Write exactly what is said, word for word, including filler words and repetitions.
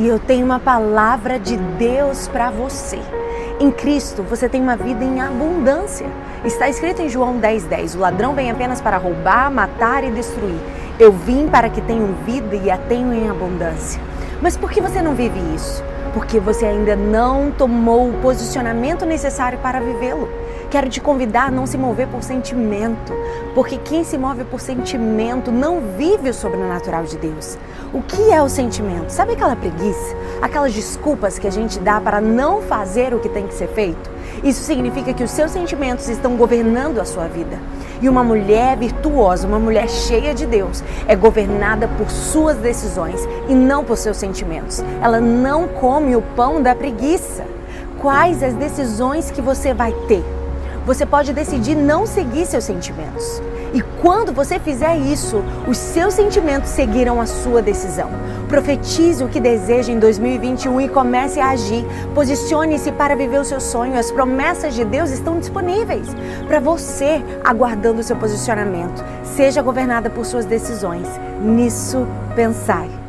e eu tenho uma palavra de Deus para você. Em Cristo, você tem uma vida em abundância. Está escrito em João dez, dez, o ladrão vem apenas para roubar, matar e destruir. Eu vim para que tenham vida e a tenham em abundância. Mas por que você não vive isso? Porque você ainda não tomou o posicionamento necessário para vivê-lo. Quero te convidar a não se mover por sentimento, porque quem se move por sentimento não vive o sobrenatural de Deus. O que é o sentimento? Sabe aquela preguiça? Aquelas desculpas que a gente dá para não fazer o que tem que ser feito? Isso significa que os seus sentimentos estão governando a sua vida. E uma mulher virtuosa, uma mulher cheia de Deus, é governada por suas decisões e não por seus sentimentos. Ela não come o pão da preguiça. Quais as decisões que você vai ter? Você pode decidir não seguir seus sentimentos. E quando você fizer isso, os seus sentimentos seguirão a sua decisão. Profetize o que deseja em dois mil e vinte e um e comece a agir. Posicione-se para viver o seu sonho. As promessas de Deus estão disponíveis para você, aguardando o seu posicionamento. Seja governada por suas decisões. Nisso pensai.